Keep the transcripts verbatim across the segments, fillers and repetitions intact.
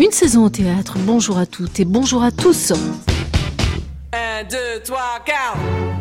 Une saison au théâtre, bonjour à toutes et bonjour à tous. Un, deux, trois, quatre.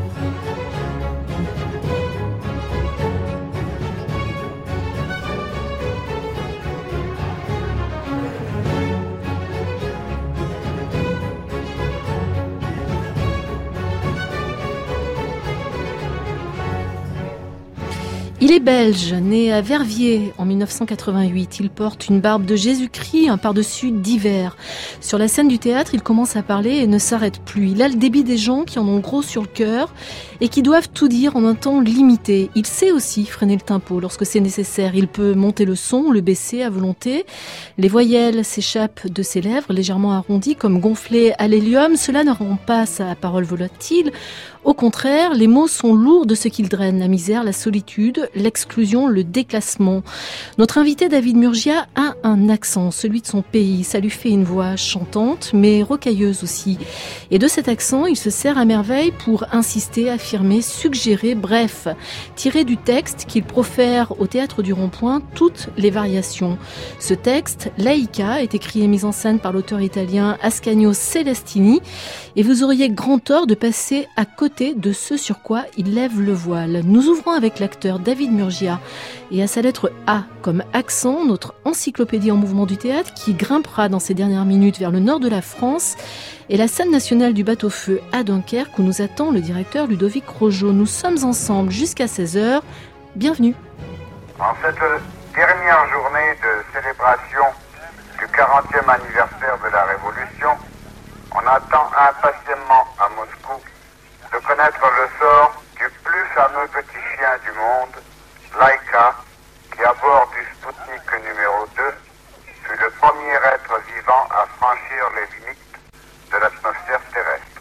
Il est belge, né à Verviers en mille neuf cent quatre-vingt-huit. Il porte une barbe de Jésus-Christ, un pardessus d'hiver. Sur la scène du théâtre, il commence à parler et ne s'arrête plus. Il a le débit des gens qui en ont gros sur le cœur et qui doivent tout dire en un temps limité. Il sait aussi freiner le tempo lorsque c'est nécessaire. Il peut monter le son, le baisser à volonté. Les voyelles s'échappent de ses lèvres, légèrement arrondies, comme gonflées à l'hélium. Cela ne rend pas sa parole volatile. Au contraire, les mots sont lourds de ce qu'ils drainent, la misère, la solitude, l'exclusion, le déclassement. Notre invité David Murgia a un accent, celui de son pays. Ça lui fait une voix chantante, mais rocailleuse aussi. Et de cet accent, il se sert à merveille pour insister, affirmer, suggérer, bref, tirer du texte qu'il profère au Théâtre du Rond-Point toutes les variations. Ce texte, Laïka, est écrit et mis en scène par l'auteur italien Ascanio Celestini, et vous auriez grand tort de passer à côté de ce sur quoi il lève le voile. Nous ouvrons avec l'acteur David Murgia et à sa lettre A comme accent, notre encyclopédie en mouvement du théâtre qui grimpera dans ces dernières minutes vers le nord de la France et la scène nationale du bateau-feu à Dunkerque où nous attend le directeur Ludovic Rojo. Nous sommes ensemble jusqu'à seize heures. Bienvenue. En cette dernière journée de célébration du quarantième anniversaire de la Révolution, on attend impatiemment à Moscou de connaître le sort du plus fameux petit chien du monde, Laïka, qui à bord du Spoutnik numéro deux fut le premier être vivant à franchir les limites de l'atmosphère terrestre.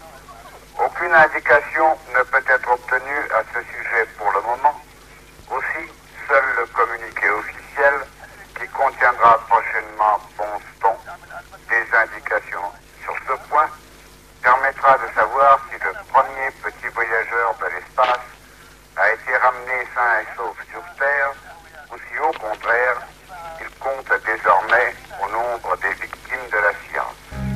Aucune indication ne peut être obtenue à ce sujet pour le moment. Aussi, seul le communiqué officiel, qui contiendra prochainement, pense-t-on, des indications sur ce point, permettra de savoir si le premier petit voyageur de l'espace a été ramené sain et sauf sur Terre ou si au contraire il compte désormais au nombre des victimes de la science.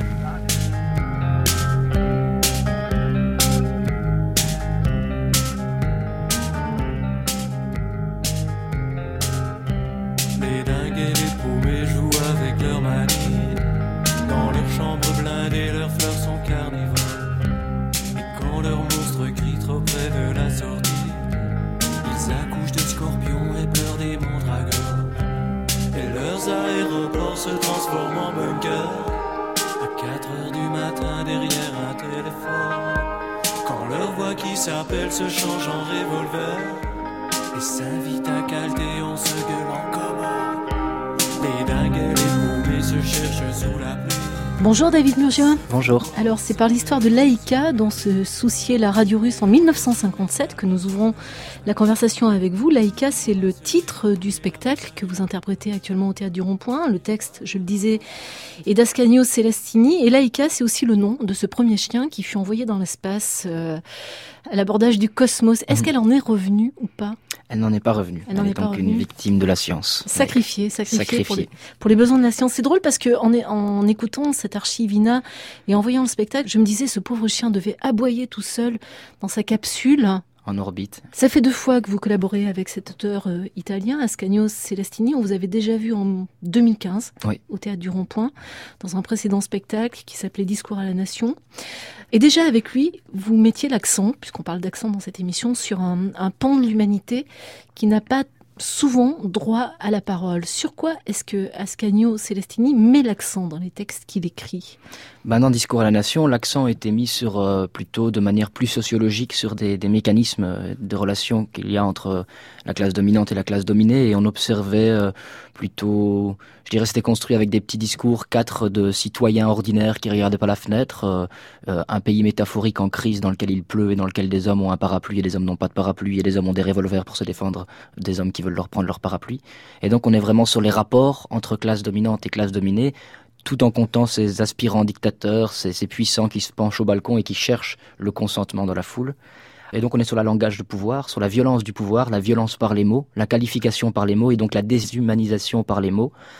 Les dingues et les poupées jouent avec leur manie. Dans leur chambre blindée, leurs fleurs sont carnivores. Et quand leur monstre crie trop près de la sortie, ils accouchent de scorpions et pleurent des mandragores. Et leurs aéroports se transforment en bunkers. À quatre heures du matin derrière un téléphone, quand leur voix qui s'appelle se change en revolver et s'invite à calter en se gueulant comme les dingues et les poupées se cherchent sous la pluie. Bonjour David Murgia. Bonjour. Alors c'est par l'histoire de Laïka dont se souciait la radio russe en mille neuf cent cinquante-sept que nous ouvrons la conversation avec vous. Laïka, c'est le titre du spectacle que vous interprétez actuellement au Théâtre du Rond-Point. Le texte, je le disais, est d'Ascanio Celestini. Et Laïka, c'est aussi le nom de ce premier chien qui fut envoyé dans l'espace euh, à l'abordage du cosmos. Est-ce mmh. qu'elle en est revenue ou pas ? Elle n'en est pas revenue. Elle, Elle est, est donc revenue. Une victime de la science. Sacrifiée, sacrifiée, sacrifiée. Pour, les, pour les besoins de la science. C'est drôle parce que en, en écoutant cette archivina et en voyant le spectacle, je me disais ce pauvre chien devait aboyer tout seul dans sa capsule. En orbite. Ça fait deux fois que vous collaborez avec cet auteur euh, italien, Ascanio Celestini. On vous avait déjà vu en deux mille quinze oui. au Théâtre du Rond-Point, dans un précédent spectacle qui s'appelait Discours à la Nation. Et déjà avec lui, vous mettiez l'accent, puisqu'on parle d'accent dans cette émission, sur un, un pan de l'humanité qui n'a pas souvent droit à la parole. Sur quoi est-ce que Ascanio Celestini met l'accent dans les textes qu'il écrit ? Ben dans Discours à la Nation, l'accent était mis sur euh, plutôt de manière plus sociologique sur des, des mécanismes de relations qu'il y a entre la classe dominante et la classe dominée, et on observait euh, plutôt, je dirais, c'était construit avec des petits discours, quatre de citoyens ordinaires qui regardaient par la fenêtre, euh, euh, un pays métaphorique en crise dans lequel il pleut et dans lequel des hommes ont un parapluie et des hommes n'ont pas de parapluie et des hommes ont des revolvers pour se défendre des hommes qui veulent leur prendre leur parapluie. Et donc on est vraiment sur les rapports entre classe dominante et classe dominée, tout en comptant ces aspirants dictateurs, ces, ces puissants qui se penchent au balcon et qui cherchent le consentement de la foule. Et donc on est sur le langage de pouvoir, sur la violence du pouvoir, la violence par les mots, la qualification par les mots et donc la déshumanisation par les mots.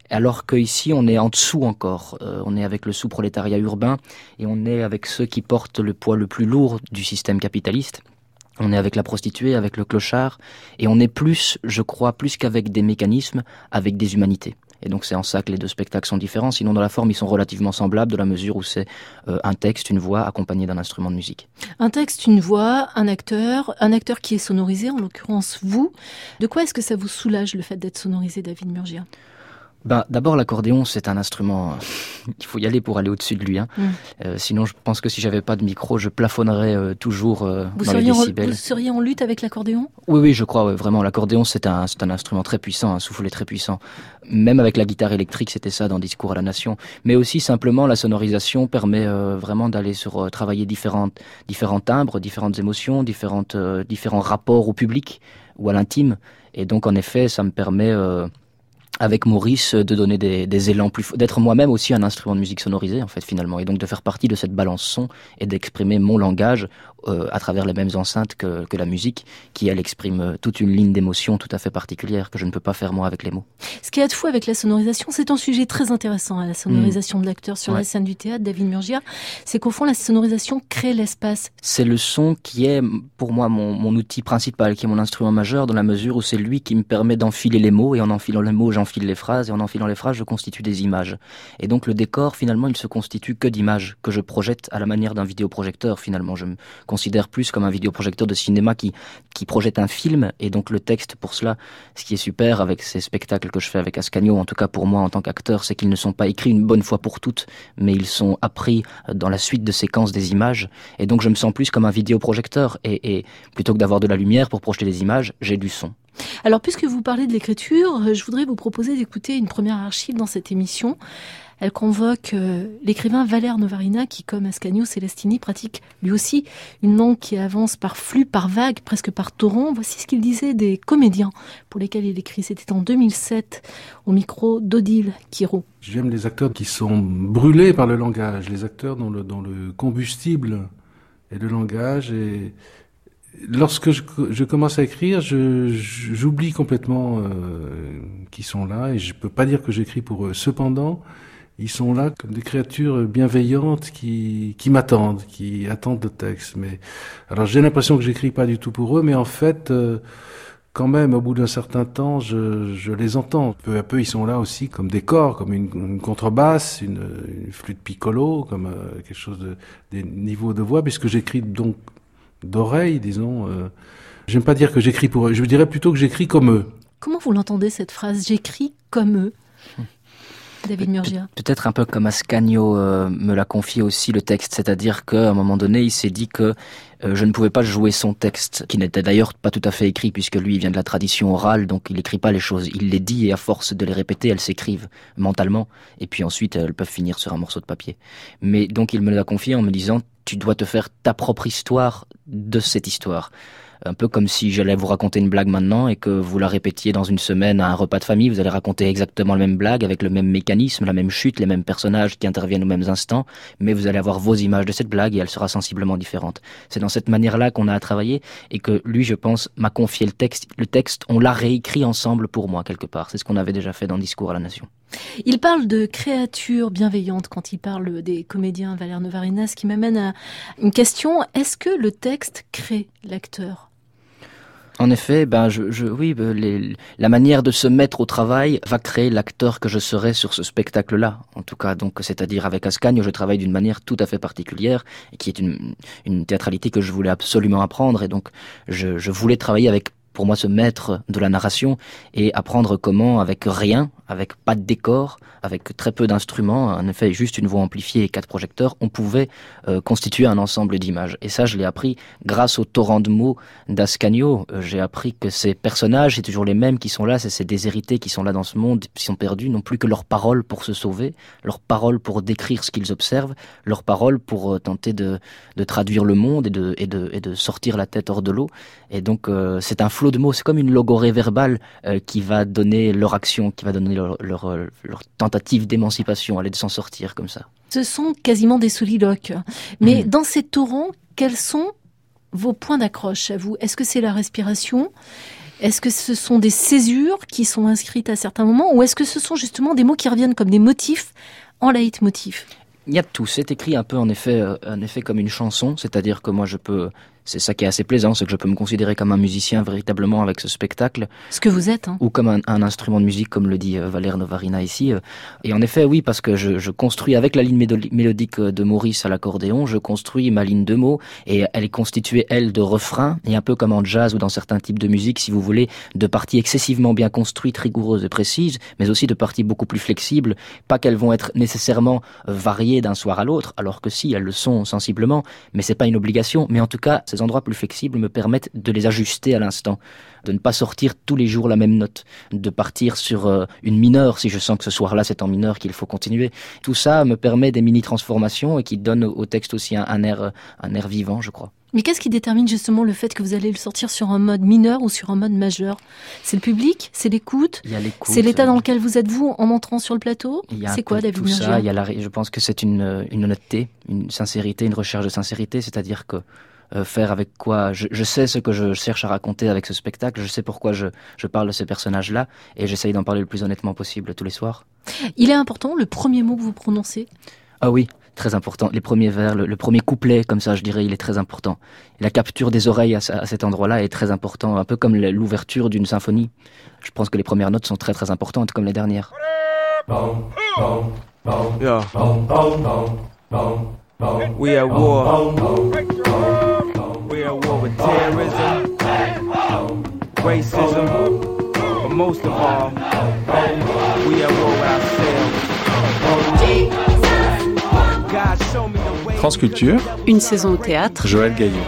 alors qu'ici on est en dessous encore. Euh, on est avec le sous-prolétariat urbain et on est avec ceux qui portent le poids le plus lourd du système capitaliste. On est avec la prostituée, avec le clochard, et on est plus, je crois, plus qu'avec des mécanismes, avec des humanités. Et donc c'est en ça que les deux spectacles sont différents, sinon dans la forme ils sont relativement semblables, de la mesure où c'est euh, un texte, une voix accompagnée d'un instrument de musique. Un texte, une voix, un acteur, un acteur qui est sonorisé, en l'occurrence vous. De quoi est-ce que ça vous soulage le fait d'être sonorisé, David Murgia ? Bah, d'abord, l'accordéon, c'est un instrument, il faut y aller pour aller au-dessus de lui. Hein. Mm. Euh, sinon, je pense que si j'avais pas de micro, je plafonnerais euh, toujours euh, dans les décibels. Vous seriez en lutte avec l'accordéon ? Oui, oui, je crois, ouais, vraiment. L'accordéon, c'est un, c'est un instrument très puissant, un soufflet très puissant. Même avec la guitare électrique, c'était ça dans Discours à la Nation. Mais aussi, simplement, la sonorisation permet euh, vraiment d'aller sur euh, travailler différentes, différents timbres, différentes émotions, différentes, euh, différents rapports au public ou à l'intime. Et donc, en effet, ça me permet... Euh, avec Maurice, de donner des, des élans plus forts, d'être moi-même aussi un instrument de musique sonorisé, en fait, finalement, et donc de faire partie de cette balance son et d'exprimer mon langage euh, à travers les mêmes enceintes que, que la musique, qui, elle, exprime toute une ligne d'émotion tout à fait particulière que je ne peux pas faire, moi, avec les mots. Ce qui est de fou avec la sonorisation, c'est un sujet très intéressant, hein, la sonorisation mmh. de l'acteur sur ouais. la scène du théâtre, David Murgia, c'est qu'au fond, la sonorisation crée l'espace. C'est le son qui est, pour moi, mon, mon outil principal, qui est mon instrument majeur, dans la mesure où c'est lui qui me permet d'enfiler les mots, et en enfilant les mots, j'enfile les phrases, et en enfilant les phrases, je constitue des images. Et donc le décor, finalement, il se constitue que d'images que je projette à la manière d'un vidéoprojecteur, finalement. Je me considère plus comme un vidéoprojecteur de cinéma qui, qui projette un film, et donc le texte, pour cela, ce qui est super avec ces spectacles que je fais avec Ascanio, en tout cas pour moi en tant qu'acteur, c'est qu'ils ne sont pas écrits une bonne fois pour toutes, mais ils sont appris dans la suite de séquences des images, et donc je me sens plus comme un vidéoprojecteur, et, et plutôt que d'avoir de la lumière pour projeter des images, j'ai du son. Alors, puisque vous parlez de l'écriture, je voudrais vous proposer d'écouter une première archive dans cette émission. Elle convoque euh, l'écrivain Valère Novarina qui, comme Ascanio Celestini, pratique lui aussi une langue qui avance par flux, par vagues, presque par torrent. Voici ce qu'il disait des comédiens pour lesquels il écrit. C'était en deux mille sept, au micro d'Odile Quiro. J'aime les acteurs qui sont brûlés par le langage, les acteurs dont le, dont le combustible est le langage. Et lorsque je, je commence à écrire, je, je, j'oublie complètement euh, qu'ils sont là, et je peux pas dire que j'écris pour eux. Cependant, ils sont là comme des créatures bienveillantes qui, qui m'attendent, qui attendent le texte. Mais alors j'ai l'impression que j'écris pas du tout pour eux, mais en fait, euh, quand même, au bout d'un certain temps, je, je les entends. Peu à peu, ils sont là aussi comme des corps, comme une, une contrebasse, une, une flûte piccolo, comme euh, quelque chose de des niveaux de voix, puisque j'écris donc d'oreille, disons. Euh, j'aime pas dire que j'écris pour eux, je dirais plutôt que j'écris comme eux. Comment vous l'entendez cette phrase ? J'écris comme eux. David Murgia. Pe- peut-être un peu comme Ascanio euh, me l'a confié aussi le texte, c'est-à-dire qu'à un moment donné, il s'est dit que euh, je ne pouvais pas jouer son texte, qui n'était d'ailleurs pas tout à fait écrit, puisque lui, il vient de la tradition orale, donc il n'écrit pas les choses, il les dit, et à force de les répéter, elles s'écrivent mentalement, et puis ensuite, elles peuvent finir sur un morceau de papier. Mais donc, il me l'a confié en me disant, tu dois te faire ta propre histoire de cette histoire. Un peu comme si j'allais vous raconter une blague maintenant et que vous la répétiez dans une semaine à un repas de famille, vous allez raconter exactement la même blague avec le même mécanisme, la même chute, les mêmes personnages qui interviennent aux mêmes instants, mais vous allez avoir vos images de cette blague et elle sera sensiblement différente. C'est dans cette manière-là qu'on a à travailler et que lui, je pense, m'a confié le texte. Le texte, on l'a réécrit ensemble pour moi quelque part. C'est ce qu'on avait déjà fait dans Discours à la Nation. Il parle de créatures bienveillantes quand il parle des comédiens Valère Novarina, ce qui m'amène à une question. Est-ce que le texte crée l'acteur ? En effet, ben je, je oui, ben, les, la manière de se mettre au travail va créer l'acteur que je serai sur ce spectacle-là. En tout cas, donc, c'est-à-dire avec Ascanio, je travaille d'une manière tout à fait particulière, et qui est une, une théâtralité que je voulais absolument apprendre, et donc je, je voulais travailler avec, pour moi, ce maître de la narration et apprendre comment, avec rien, avec pas de décor, avec très peu d'instruments, en effet juste une voix amplifiée et quatre projecteurs, on pouvait euh, constituer un ensemble d'images. Et ça, je l'ai appris grâce au torrent de mots d'Ascanio. Euh, j'ai appris que ces personnages, c'est toujours les mêmes qui sont là, c'est ces déshérités qui sont là dans ce monde, qui sont perdus, n'ont plus que leurs paroles pour se sauver, leurs paroles pour décrire ce qu'ils observent, leurs paroles pour euh, tenter de, de traduire le monde et de, et, de, et de sortir la tête hors de l'eau. Et donc, euh, c'est un flot de mots, c'est comme une logorée verbale euh, qui va donner leur action, qui va donner leur, leur, leur tentative d'émancipation, aller de s'en sortir comme ça. Ce sont quasiment des soliloques. Mais mmh. dans ces torrents, quels sont vos points d'accroche à vous ? Est-ce que c'est la respiration ? Est-ce que ce sont des césures qui sont inscrites à certains moments ou est-ce que ce sont justement des mots qui reviennent comme des motifs en leitmotiv ? Il y a de tout. C'est écrit un peu en effet, euh, en effet comme une chanson, c'est-à-dire que moi je peux, c'est ça qui est assez plaisant, c'est que je peux me considérer comme un musicien véritablement avec ce spectacle. Ce que vous êtes. Hein. Ou comme un, un instrument de musique, comme le dit euh, Valère Novarina ici. Euh. Et en effet, oui, parce que je, je construis avec la ligne médo- mélodique de Maurice à l'accordéon, je construis ma ligne de mots et elle est constituée, elle, de refrains, et un peu comme en jazz ou dans certains types de musique, si vous voulez, de parties excessivement bien construites, rigoureuses et précises, mais aussi de parties beaucoup plus flexibles, pas qu'elles vont être nécessairement euh, variées d'un soir à l'autre, alors que si, elles le sont sensiblement, mais c'est pas une obligation. Mais en tout cas, ces endroits plus flexibles me permettent de les ajuster à l'instant, de ne pas sortir tous les jours la même note, de partir sur euh, une mineure si je sens que ce soir-là c'est en mineur qu'il faut continuer. Tout ça me permet des mini-transformations et qui donnent au texte aussi un, un air, un air vivant, je crois. Mais qu'est-ce qui détermine justement le fait que vous allez le sortir sur un mode mineur ou sur un mode majeur ? C'est le public ? C'est l'écoute ? Il y a l'écoute. C'est l'état dans lequel vous êtes vous en entrant sur le plateau ? C'est quoi, David Murgia ? Tout ça, il y a la, je pense que c'est une, une honnêteté, une sincérité, une recherche de sincérité, c'est-à-dire que euh, faire avec quoi je, je sais ce que je cherche à raconter avec ce spectacle, je sais pourquoi je, je parle de ces personnages-là et j'essaye d'en parler le plus honnêtement possible tous les soirs. Il est important, le premier mot que vous prononcez ? Ah oui, très important. Les premiers vers, le, le premier couplet, comme ça, je dirais, il est très important. La capture des oreilles à, à cet endroit-là est très important, un peu comme l'ouverture d'une symphonie. Je pense que les premières notes sont très très importantes, comme les dernières. Yeah. We at war. We at war with terrorism, racism, but most of all, we at war with ourselves. France Culture, une saison au théâtre, Joël Gaillot.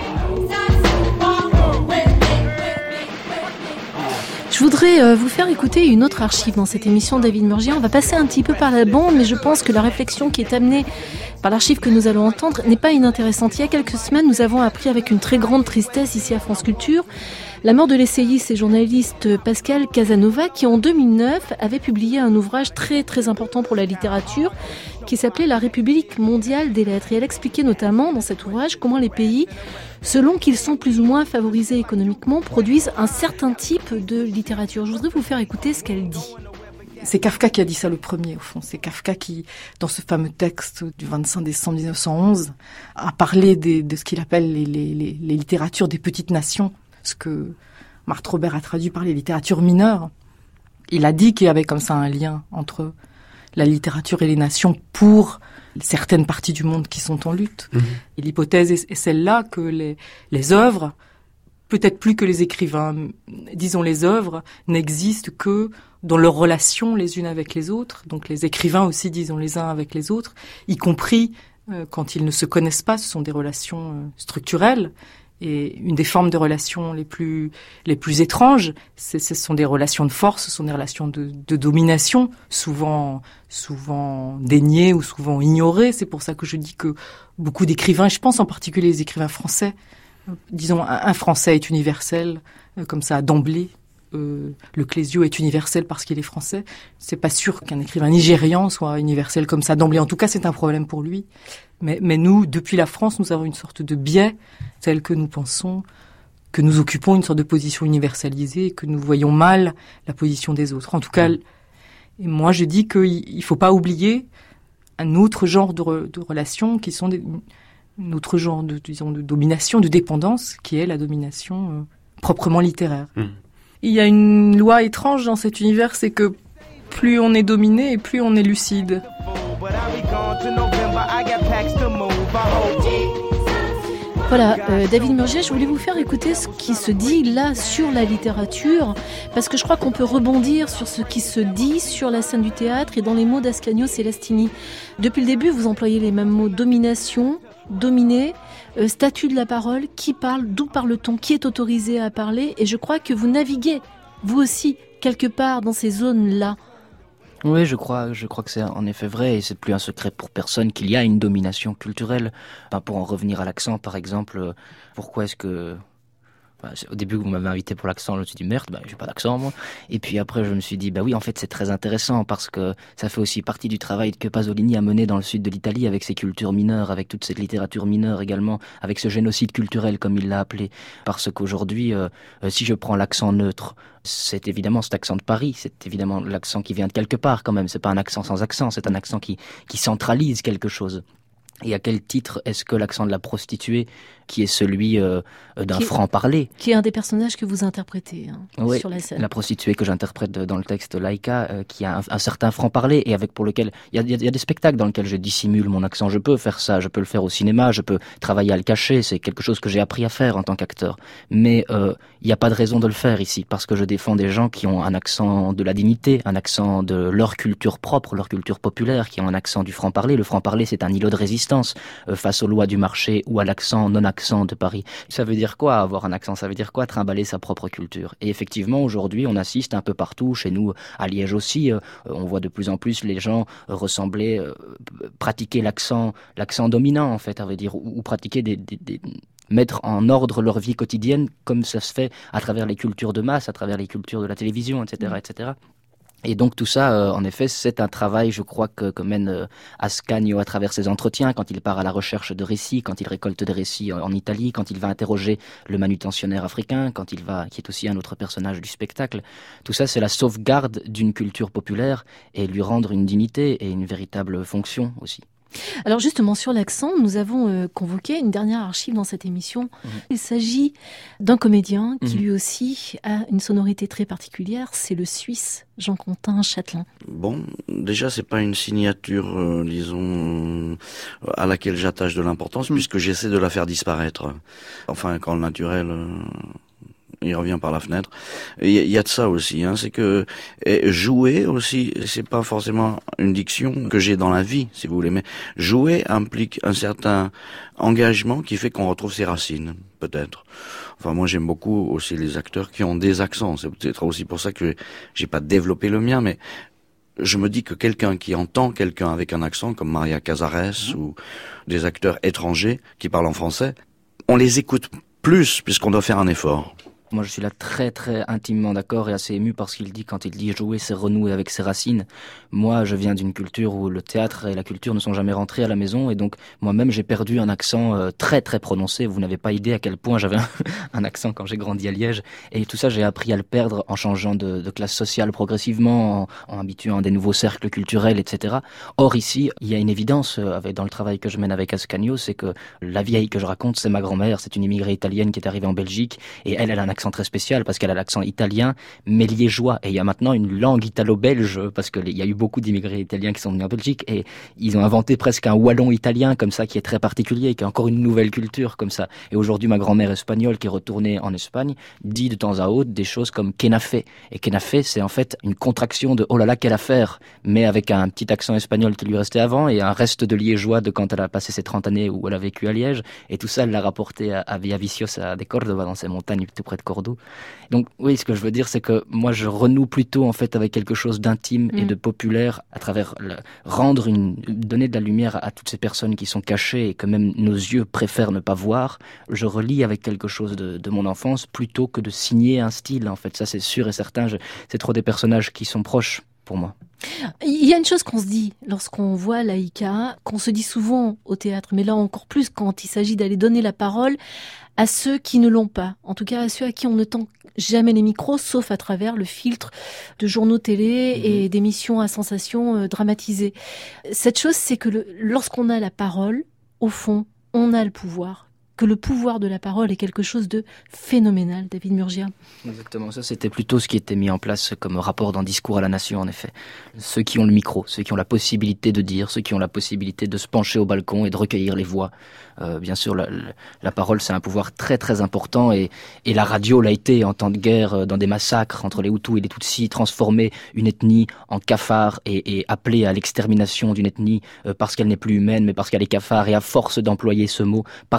Je voudrais euh, vous faire écouter une autre archive dans cette émission, David Murgia. On va passer un petit peu par la bande, mais je pense que la réflexion qui est amenée par l'archive que nous allons entendre n'est pas inintéressante. Il y a quelques semaines, nous avons appris avec une très grande tristesse ici à France Culture la mort de l'essayiste et journaliste Pascal Casanova, qui en deux mille neuf avait publié un ouvrage très très important pour la littérature qui s'appelait La République mondiale des lettres. Et elle expliquait notamment dans cet ouvrage comment les pays, selon qu'ils sont plus ou moins favorisés économiquement, produisent un certain type de littérature. Je voudrais vous faire écouter ce qu'elle dit. C'est Kafka qui a dit ça le premier, au fond. C'est Kafka qui, dans ce fameux texte du vingt-cinq décembre mille neuf cent onze, a parlé des, de ce qu'il appelle les, les, les, les littératures des petites nations, ce que Marthe Robert a traduit par les littératures mineures. Il a dit qu'il y avait comme ça un lien entre la littérature et les nations pour certaines parties du monde qui sont en lutte. Mmh. Et l'hypothèse est celle-là que les, les œuvres, peut-être plus que les écrivains, disons les œuvres, n'existent que dans leurs relations les unes avec les autres. Donc les écrivains aussi, disons les uns avec les autres, y compris euh, quand ils ne se connaissent pas, ce sont des relations euh, structurelles. Et une des formes de relations les plus les plus étranges, c'est, ce sont des relations de force, ce sont des relations de, de domination, souvent souvent déniées ou souvent ignorées. C'est pour ça que je dis que beaucoup d'écrivains, et je pense en particulier les écrivains français, euh, disons un, un Français est universel, euh, comme ça d'emblée. Euh, le Clésio est universel parce qu'il est français. C'est pas sûr qu'un écrivain nigérian soit universel comme ça d'emblée. En tout cas, c'est un problème pour lui. Mais, mais nous, depuis la France, nous avons une sorte de biais tel que nous pensons, que nous occupons une sorte de position universalisée et que nous voyons mal la position des autres. En tout cas, et moi, je dis qu'il ne faut pas oublier un autre genre de, re, de relations qui sont des, un autre genre de, disons, de domination, de dépendance, qui est la domination euh, proprement littéraire. Mmh. Il y a une loi étrange dans cet univers, c'est que plus on est dominé et plus on est lucide. Voilà, euh, David Murgia, je voulais vous faire écouter ce qui se dit là sur la littérature, parce que je crois qu'on peut rebondir sur ce qui se dit sur la scène du théâtre et dans les mots d'Ascanio Celestini. Depuis le début, vous employez les mêmes mots: domination, dominer, euh, statut de la parole, qui parle, d'où parle-t-on, qui est autorisé à parler, et je crois que vous naviguez, vous aussi, quelque part dans ces zones-là. Oui, je crois, je crois que c'est en effet vrai, et c'est plus un secret pour personne qu'il y a une domination culturelle. Enfin, pour en revenir à l'accent, par exemple, pourquoi est-ce que Au début, vous m'avez invité pour l'accent, je me suis dit merde, bah, j'ai pas d'accent moi. Et puis après, je me suis dit bah oui, en fait, c'est très intéressant parce que ça fait aussi partie du travail que Pasolini a mené dans le sud de l'Italie avec ses cultures mineures, avec toute cette littérature mineure également, avec ce génocide culturel comme il l'a appelé. Parce qu'aujourd'hui, euh, si je prends l'accent neutre, c'est évidemment cet accent de Paris, c'est évidemment l'accent qui vient de quelque part quand même. C'est pas un accent sans accent, c'est un accent qui qui centralise quelque chose. Et à quel titre est-ce que l'accent de la prostituée, qui est celui euh, d'un franc-parler, qui est un des personnages que vous interprétez hein, oui, sur la scène. La prostituée que j'interprète dans le texte Laïka, euh, qui a un, un certain franc-parler et avec pour lequel il y a, y a des spectacles dans lesquels je dissimule mon accent. Je peux faire ça, je peux le faire au cinéma, je peux travailler à le cacher. C'est quelque chose que j'ai appris à faire en tant qu'acteur. Mais il euh, n'y a pas de raison de le faire ici parce que je défends des gens qui ont un accent de la dignité, un accent de leur culture propre, leur culture populaire, qui ont un accent du franc-parler. Le franc-parler, c'est un îlot de résistance euh, face aux lois du marché ou à l'accent non-accent de Paris. Ça veut dire quoi avoir un accent? Ça veut dire quoi trimballer sa propre culture? Et effectivement, aujourd'hui, on assiste un peu partout, chez nous, à Liège aussi, euh, on voit de plus en plus les gens euh, ressembler, euh, pratiquer l'accent, l'accent dominant en fait, ça veut dire, ou, ou pratiquer des, des, des mettre en ordre leur vie quotidienne comme ça se fait à travers les cultures de masse, à travers les cultures de la télévision, et cetera, et cetera. Et donc tout ça, euh, en effet, c'est un travail, je crois, que, que mène euh, Ascanio à travers ses entretiens, quand il part à la recherche de récits, quand il récolte des récits en, en Italie, quand il va interroger le manutentionnaire africain, quand il va, qui est aussi un autre personnage du spectacle. Tout ça, c'est la sauvegarde d'une culture populaire et lui rendre une dignité et une véritable fonction aussi. Alors justement, sur l'accent, nous avons euh, convoqué une dernière archive dans cette émission. Mmh. Il s'agit d'un comédien qui mmh. lui aussi a une sonorité très particulière, c'est le Suisse Jean-Quentin Châtelain. Bon, déjà c'est pas une signature, euh, disons, euh, à laquelle j'attache de l'importance, mmh. puisque j'essaie de la faire disparaître. Enfin, quand le naturel... Euh... il revient par la fenêtre. Il y, y a de ça aussi, hein, c'est que et jouer aussi, c'est pas forcément une diction que j'ai dans la vie, si vous voulez, mais jouer implique un certain engagement qui fait qu'on retrouve ses racines, peut-être. Enfin, moi, j'aime beaucoup aussi les acteurs qui ont des accents. C'est peut-être aussi pour ça que j'ai pas développé le mien, mais je me dis que quelqu'un qui entend quelqu'un avec un accent, comme Maria Cazares, mmh. ou des acteurs étrangers qui parlent en français, on les écoute plus puisqu'on doit faire un effort. Moi, je suis là très, très intimement d'accord et assez ému parce qu'il dit, quand il dit jouer, c'est renouer avec ses racines. Moi, je viens d'une culture où le théâtre et la culture ne sont jamais rentrés à la maison et donc, moi-même, j'ai perdu un accent euh, très, très prononcé. Vous n'avez pas idée à quel point j'avais un, un accent quand j'ai grandi à Liège. Et tout ça, j'ai appris à le perdre en changeant de, de classe sociale progressivement, en, en habituant à des nouveaux cercles culturels, et cetera. Or, ici, il y a une évidence euh, avec, dans le travail que je mène avec Ascanio, c'est que la vieille que je raconte, c'est ma grand-mère. C'est une immigrée italienne qui est arrivée en Belgique et elle, elle a un accent très spécial parce qu'elle a l'accent italien mais liégeois et il y a maintenant une langue italo-belge parce qu'il y a eu beaucoup d'immigrés italiens qui sont venus en Belgique et ils ont inventé presque un wallon italien comme ça qui est très particulier, qui a encore une nouvelle culture comme ça. Et aujourd'hui ma grand-mère espagnole qui est retournée en Espagne dit de temps à autre des choses comme kenafé, et kenafé c'est en fait une contraction de oh là là quelle affaire, mais avec un petit accent espagnol qui lui restait avant et un reste de liégeois de quand elle a passé ses trente années où elle a vécu à Liège, et tout ça elle l'a rapporté à, à Villaviciosa de Córdoba, dans ces montagnes tout près de Cordoue. Donc oui, ce que je veux dire, c'est que moi je renoue plutôt en fait avec quelque chose d'intime mmh. et de populaire à travers le, rendre une, donner de la lumière à, à toutes ces personnes qui sont cachées et que même nos yeux préfèrent ne pas voir. Je relie avec quelque chose de, de mon enfance plutôt que de signer un style. En fait, ça c'est sûr et certain. Je, c'est trop des personnages qui sont proches pour moi. Il y a une chose qu'on se dit lorsqu'on voit Laïka, qu'on se dit souvent au théâtre, mais là encore plus quand il s'agit d'aller donner la parole à ceux qui ne l'ont pas, en tout cas à ceux à qui on ne tend jamais les micros, sauf à travers le filtre de journaux télé mmh. et d'émissions à sensation euh, dramatisées. Cette chose, c'est que le, lorsqu'on a la parole, au fond, on a le pouvoir. Que le pouvoir de la parole est quelque chose de phénoménal, David Murgia. Exactement, ça c'était plutôt ce qui était mis en place comme rapport dans Discours à la Nation, en effet. Ceux qui ont le micro, ceux qui ont la possibilité de dire, ceux qui ont la possibilité de se pencher au balcon et de recueillir les voix. Euh, bien sûr, la, la, la parole c'est un pouvoir très très important et, et la radio l'a été en temps de guerre, dans des massacres entre les Hutus et les Tutsis, transformer une ethnie en cafard et, et appeler à l'extermination d'une ethnie euh, parce qu'elle n'est plus humaine mais parce qu'elle est cafard, et à force d'employer ce mot, parvenir à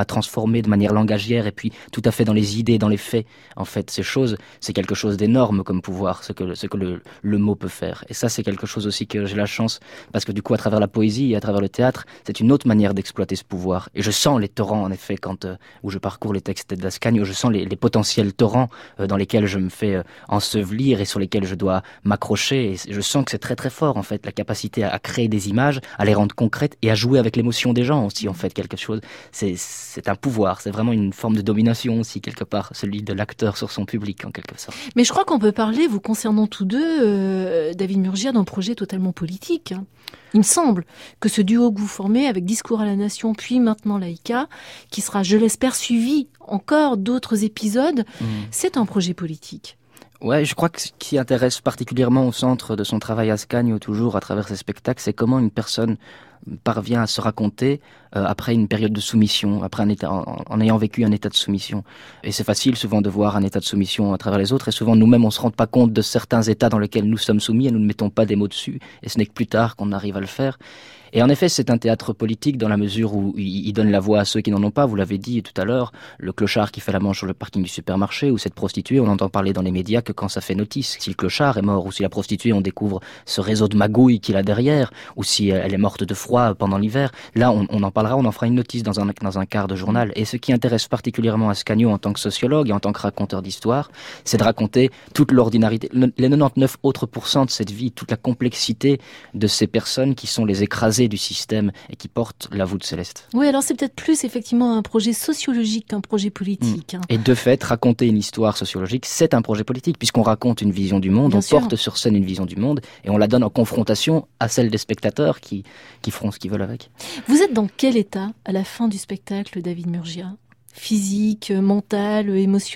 transformer de manière langagière et puis tout à fait dans les idées, dans les faits, en fait, ces choses, c'est quelque chose d'énorme comme pouvoir, ce que, ce que le, le mot peut faire. Et ça, c'est quelque chose aussi que j'ai la chance, parce que du coup, à travers la poésie et à travers le théâtre, c'est une autre manière d'exploiter ce pouvoir. Et je sens les torrents, en effet, quand euh, où je parcours les textes d'Ascanio, je sens les, les potentiels torrents euh, dans lesquels je me fais euh, ensevelir et sur lesquels je dois m'accrocher. Et je sens que c'est très très fort, en fait, la capacité à, à créer des images, à les rendre concrètes et à jouer avec l'émotion des gens aussi, en fait, quelque chose. C'est, c'est un pouvoir, c'est vraiment une forme de domination aussi, quelque part, celui de l'acteur sur son public, en quelque sorte. Mais je crois qu'on peut parler, vous concernant tous deux, euh, David Murgia, d'un projet totalement politique. Hein. Il me semble que ce duo que vous formez avec Discours à la Nation, puis maintenant Laïka, qui sera, je l'espère, suivi encore d'autres épisodes, mmh. c'est un projet politique. Ouais, je crois que ce qui intéresse particulièrement au centre de son travail Ascanio, toujours à travers ses spectacles, c'est comment une personne parvient à se raconter euh, après une période de soumission, après un état, en, en ayant vécu un état de soumission. Et c'est facile souvent de voir un état de soumission à travers les autres, et souvent nous-mêmes on se rend pas compte de certains états dans lesquels nous sommes soumis, et nous ne mettons pas des mots dessus, et ce n'est que plus tard qu'on arrive à le faire. Et en effet, c'est un théâtre politique dans la mesure où il donne la voix à ceux qui n'en ont pas. Vous l'avez dit tout à l'heure, le clochard qui fait la manche sur le parking du supermarché ou cette prostituée, on entend parler dans les médias que quand ça fait notice. Si le clochard est mort ou si la prostituée, on découvre ce réseau de magouilles qu'il a derrière, ou si elle est morte de froid pendant l'hiver, là on, on en parlera, on en fera une notice dans un, dans un quart de journal. Et ce qui intéresse particulièrement Ascanio en tant que sociologue et en tant que raconteur d'histoire, c'est de raconter toute l'ordinarité, les quatre-vingt-dix-neuf autres pourcents de cette vie, toute la complexité de ces personnes qui sont les écrasées du système et qui portent la voûte céleste. Oui, alors c'est peut-être plus effectivement un projet sociologique qu'un projet politique. Mmh. Hein. Et de fait, raconter une histoire sociologique, c'est un projet politique, puisqu'on raconte une vision du monde, Bien on sûr. porte sur scène une vision du monde, et on la donne en confrontation à celle des spectateurs qui, qui feront ce qu'ils veulent avec. Vous êtes dans quel état à la fin du spectacle, David Murgia ? Physique, mental, émotionnel ?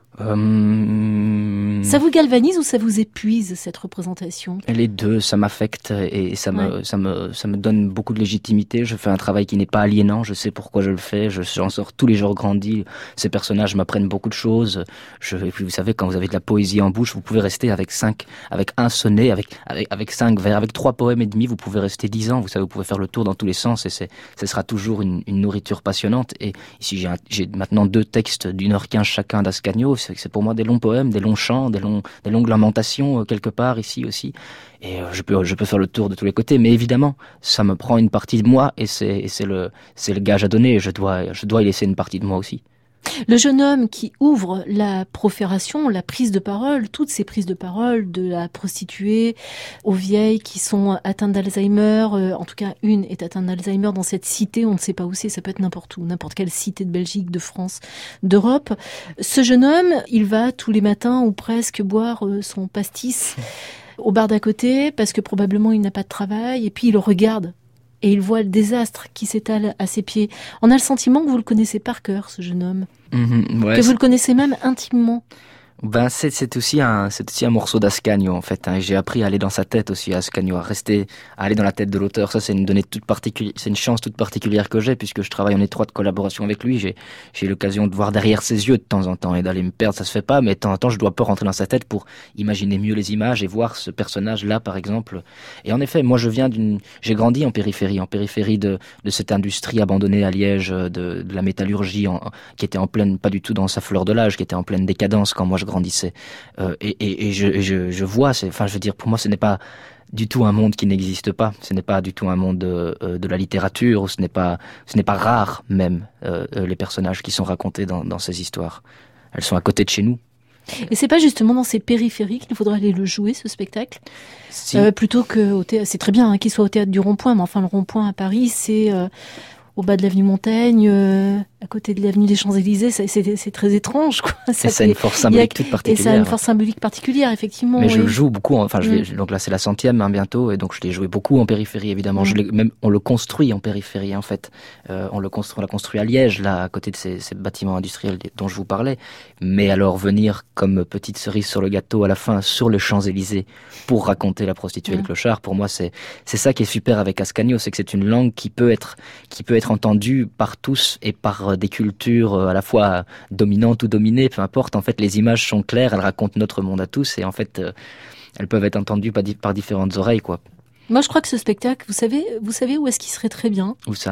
Euh... Ça vous galvanise ou ça vous épuise, cette représentation ? Les deux, ça m'affecte et ça me, ouais. ça me, ça me donne beaucoup de légitimité. Je fais un travail qui n'est pas aliénant, je sais pourquoi je le fais, je, j'en sors tous les jours grandi. Ces personnages m'apprennent beaucoup de choses. Je, et puis vous savez, quand vous avez de la poésie en bouche, vous pouvez rester avec cinq, avec un sonnet, avec, avec, avec cinq vers, avec trois poèmes et demi, vous pouvez rester dix ans. Vous savez, vous pouvez faire le tour dans tous les sens et c'est, ce sera toujours une, une nourriture passionnante. Et ici, j'ai, un, j'ai maintenant deux textes d'une heure quinze chacun d'Ascanio. C'est pour moi des longs poèmes, des longs chants, des, longs, des longues lamentations euh, quelque part ici aussi. Et euh, je peux, je peux faire le tour de tous les côtés. Mais évidemment, ça me prend une partie de moi et c'est, et c'est le, c'est le gage à donner. Je dois, je dois y laisser une partie de moi aussi. Le jeune homme qui ouvre la profération, la prise de parole, toutes ces prises de parole de la prostituée aux vieilles qui sont atteintes d'Alzheimer, euh, en tout cas une est atteinte d'Alzheimer dans cette cité, on ne sait pas où c'est, ça peut être n'importe où, n'importe quelle cité de Belgique, de France, d'Europe. Ce jeune homme, il va tous les matins ou presque boire euh, son pastis au bar d'à côté parce que probablement il n'a pas de travail et puis il regarde. Et il voit le désastre qui s'étale à ses pieds. On a le sentiment que vous le connaissez par cœur, ce jeune homme. Mmh, ouais, que vous le connaissez même intimement. Ben c'est c'est aussi un c'est aussi un morceau d'Ascanio en fait. Hein. J'ai appris à aller dans sa tête aussi, à Ascanio, à rester, à aller dans la tête de l'auteur. Ça c'est une donnée toute particulière, c'est une chance toute particulière que j'ai puisque je travaille en étroite collaboration avec lui. J'ai j'ai l'occasion de voir derrière ses yeux de temps en temps et d'aller me perdre. Ça se fait pas, mais de temps en temps je dois pas rentrer dans sa tête pour imaginer mieux les images et voir ce personnage là par exemple. Et en effet, moi je viens d'une, j'ai grandi en périphérie, en périphérie de de cette industrie abandonnée à Liège de, de la métallurgie en, qui était en pleine, pas du tout dans sa fleur de l'âge, qui était en pleine décadence quand moi je grandissais. Euh, et, et, et je, je, je vois, c'est, enfin, je veux dire, pour moi, ce n'est pas du tout un monde qui n'existe pas. Ce n'est pas du tout un monde de, de la littérature. Ce n'est pas, ce n'est pas rare même euh, les personnages qui sont racontés dans, dans ces histoires. Elles sont à côté de chez nous. Et c'est pas justement dans ces périphéries qu'il faudrait aller le jouer, ce spectacle, si. euh, plutôt que au théâtre. C'est très bien hein, qu'il soit au théâtre du Rond-Point, mais enfin le Rond-Point à Paris, c'est euh, au bas de l'avenue Montaigne, euh, à côté de l'avenue des Champs-Élysées, ça, c'est, c'est très étrange, quoi. Ça, et ça a une force symbolique toute particulière. Et ça a une force symbolique particulière, effectivement. Mais oui. je le joue beaucoup, enfin, je mmh. l'ai, donc là c'est la centième hein, bientôt, et donc je l'ai joué beaucoup en périphérie, évidemment. Mmh. Je l'ai, même, on le construit en périphérie, en fait. Euh, on le construit, on l'a construit à Liège, là, à côté de ces, ces bâtiments industriels dont je vous parlais. Mais alors venir comme petite cerise sur le gâteau à la fin sur les Champs-Élysées pour raconter la prostituée mmh. et le clochard, pour moi c'est c'est ça qui est super avec Ascanio, c'est que c'est une langue qui peut être qui peut être entendue par tous et par des cultures à la fois dominantes ou dominées, peu importe. En fait, les images sont claires, elles racontent notre monde à tous et en fait, euh, elles peuvent être entendues par, di- par différentes oreilles, quoi. Moi, je crois que ce spectacle, vous savez, vous savez où est-ce qu'il serait très bien ? Où ça ?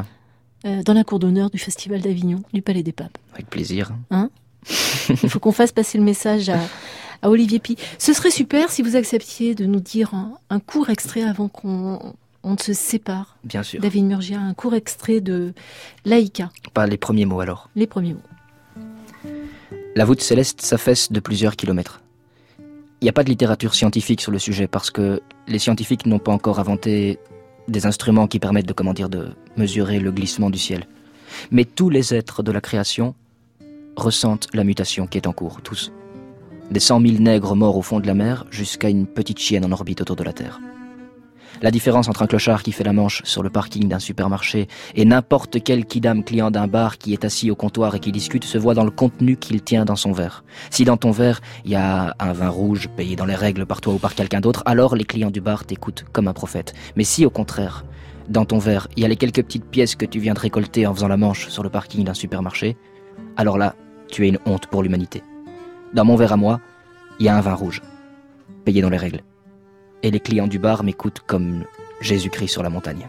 euh, dans la cour d'honneur du Festival d'Avignon, du Palais des Papes. Avec plaisir. Hein ? Il faut qu'on fasse passer le message à, à Olivier Py. Ce serait super si vous acceptiez de nous dire un, un court extrait avant qu'on on ne se sépare. Bien sûr. David Murgia, un court extrait de Laïka. Pas les premiers mots alors. Les premiers mots. La voûte céleste s'affaisse de plusieurs kilomètres. Il n'y a pas de littérature scientifique sur le sujet parce que les scientifiques n'ont pas encore inventé des instruments qui permettent de, comment dire, de mesurer le glissement du ciel. Mais tous les êtres de la création ressentent la mutation qui est en cours, tous. Des cent mille nègres morts au fond de la mer jusqu'à une petite chienne en orbite autour de la Terre. La différence entre un clochard qui fait la manche sur le parking d'un supermarché et n'importe quel kidam client d'un bar qui est assis au comptoir et qui discute se voit dans le contenu qu'il tient dans son verre. Si dans ton verre, il y a un vin rouge payé dans les règles par toi ou par quelqu'un d'autre, alors les clients du bar t'écoutent comme un prophète. Mais si au contraire, dans ton verre, il y a les quelques petites pièces que tu viens de récolter en faisant la manche sur le parking d'un supermarché, alors là, tu es une honte pour l'humanité. Dans mon verre à moi, il y a un vin rouge, payé dans les règles. Et les clients du bar m'écoutent comme Jésus-Christ sur la montagne.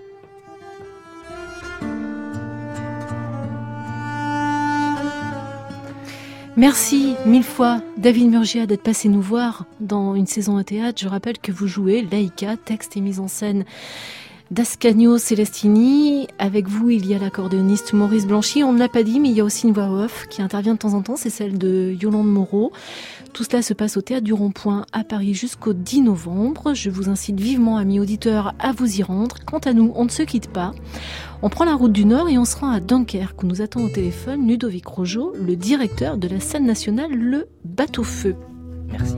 Merci mille fois, David Murgia, d'être passé nous voir dans une saison de théâtre. Je rappelle que vous jouez Laïka, texte et mise en scène d'Ascanio Celestini. Avec vous, il y a l'accordéoniste Maurice Blanchy. On ne l'a pas dit, mais il y a aussi une voix off qui intervient de temps en temps, c'est celle de Yolande Moreau. Tout cela se passe au Théâtre du Rond-Point à Paris jusqu'au dix novembre. Je vous incite vivement, amis auditeurs, à vous y rendre. Quant à nous, on ne se quitte pas. On prend la route du Nord et on se rend à Dunkerque, où nous attend au téléphone Ludovic Rojo, le directeur de la scène nationale Le Bateau-Feu. Merci.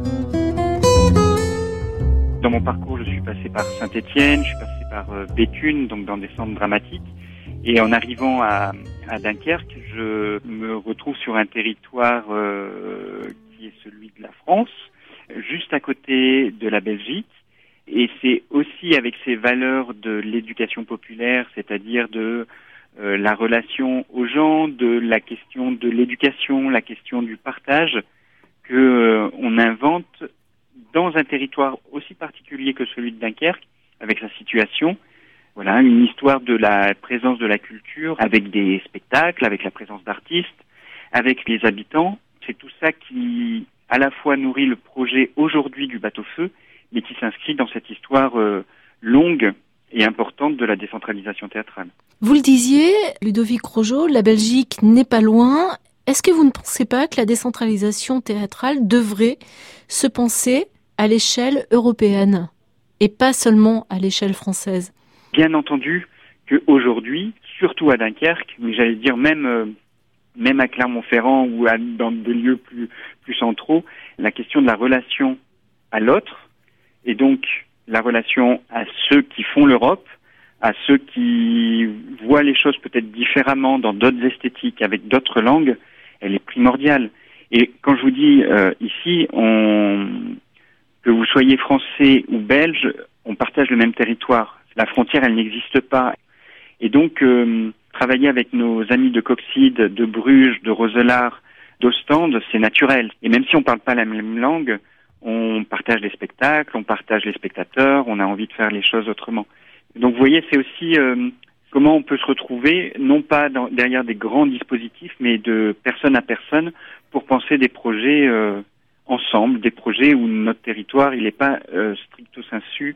Dans mon parcours, je suis passé par Saint-Étienne, je suis passé par euh, Béthune, donc dans des centres dramatiques. Et en arrivant à, à Dunkerque, je me retrouve sur un territoire euh, qui est celui de la France, juste à côté de la Belgique. Et c'est aussi avec ces valeurs de l'éducation populaire, c'est-à-dire de euh, la relation aux gens, de la question de l'éducation, la question du partage, que euh, on invente dans un territoire aussi particulier que celui de Dunkerque, avec sa situation, voilà, une histoire de la présence de la culture, avec des spectacles, avec la présence d'artistes, avec les habitants. C'est tout ça qui, à la fois, nourrit le projet aujourd'hui du Bateau-Feu, mais qui s'inscrit dans cette histoire euh, longue et importante de la décentralisation théâtrale. Vous le disiez, Ludovic Rojo, la Belgique n'est pas loin. Est-ce que vous ne pensez pas que la décentralisation théâtrale devrait se penser à l'échelle européenne et pas seulement à l'échelle française? Bien entendu qu'aujourd'hui, surtout à Dunkerque, mais j'allais dire même euh, même à Clermont-Ferrand ou à, dans des lieux plus plus centraux, la question de la relation à l'autre et donc la relation à ceux qui font l'Europe, à ceux qui voient les choses peut-être différemment dans d'autres esthétiques, avec d'autres langues, elle est primordiale. Et quand je vous dis euh, ici, on que vous soyez français ou belge, on partage le même territoire. La frontière, elle n'existe pas. Et donc, euh, travailler avec nos amis de Coxyde, de Bruges, de Roeselare, d'Ostende, c'est naturel. Et même si on ne parle pas la même langue, on partage les spectacles, on partage les spectateurs, on a envie de faire les choses autrement. Donc, vous voyez, c'est aussi euh, comment on peut se retrouver, non pas dans, derrière des grands dispositifs, mais de personne à personne, pour penser des projets euh, ensemble, des projets où notre territoire, il n'est pas euh, stricto sensu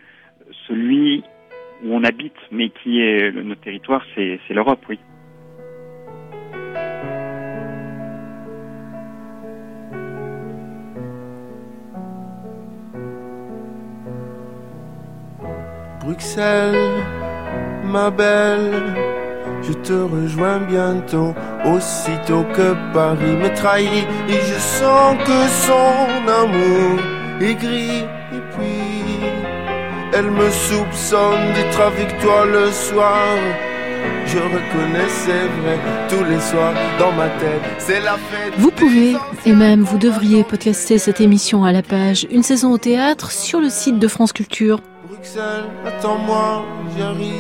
celui où on habite, mais qui est notre territoire, c'est, c'est l'Europe, oui. Bruxelles, ma belle, je te rejoins bientôt, aussitôt que Paris me trahit, et je sens que son amour est gris, et puis elle me soupçonne d'être avec toi le soir. Je reconnais, c'est vrai, tous les soirs dans ma tête, c'est la fête. Vous pouvez, et même vous devriez podcaster cette émission à la page Une saison au théâtre sur le site de France Culture. Bruxelles, attends-moi,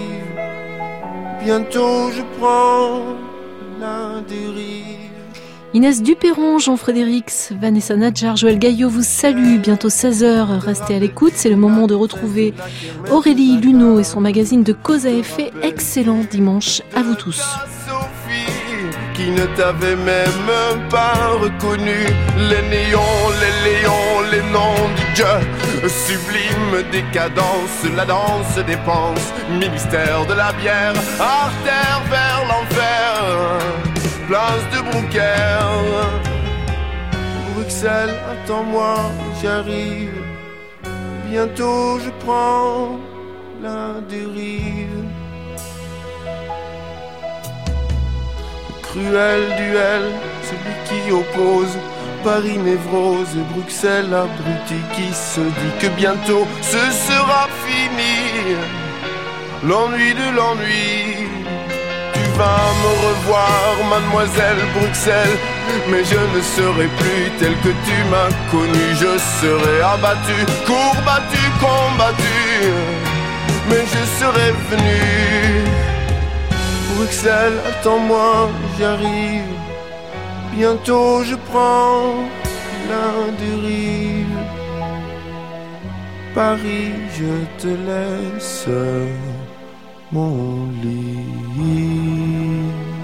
j'arrive. Bientôt je prends la dérive. Inès Duperron, Jean-Frédéric, Vanessa Nadjar, Joël Gaillot vous salue. Bientôt seize heures, restez à l'écoute. C'est le moment de retrouver Aurélie Luneau et son magazine de cause à effet. Excellent dimanche à vous tous. Qui ne t'avait même pas reconnu. Les néons, les léons, les noms du Dieu. Sublime décadence, la danse des penses. Ministère de la bière, artère vers l'enfer. Place de Brouckère. Bruxelles, attends-moi, j'arrive. Bientôt je prends la dérive. Cruel duel, celui qui oppose Paris névrose et Bruxelles abruti qui se dit que bientôt ce sera fini. L'ennui de l'ennui. Tu vas me revoir, mademoiselle Bruxelles, mais je ne serai plus tel que tu m'as connu. Je serai abattu, courbattu, combattu, mais je serai venu. Bruxelles, attends-moi, j'arrive. Bientôt je prends la dérive. Paris, je te laisse mon lit.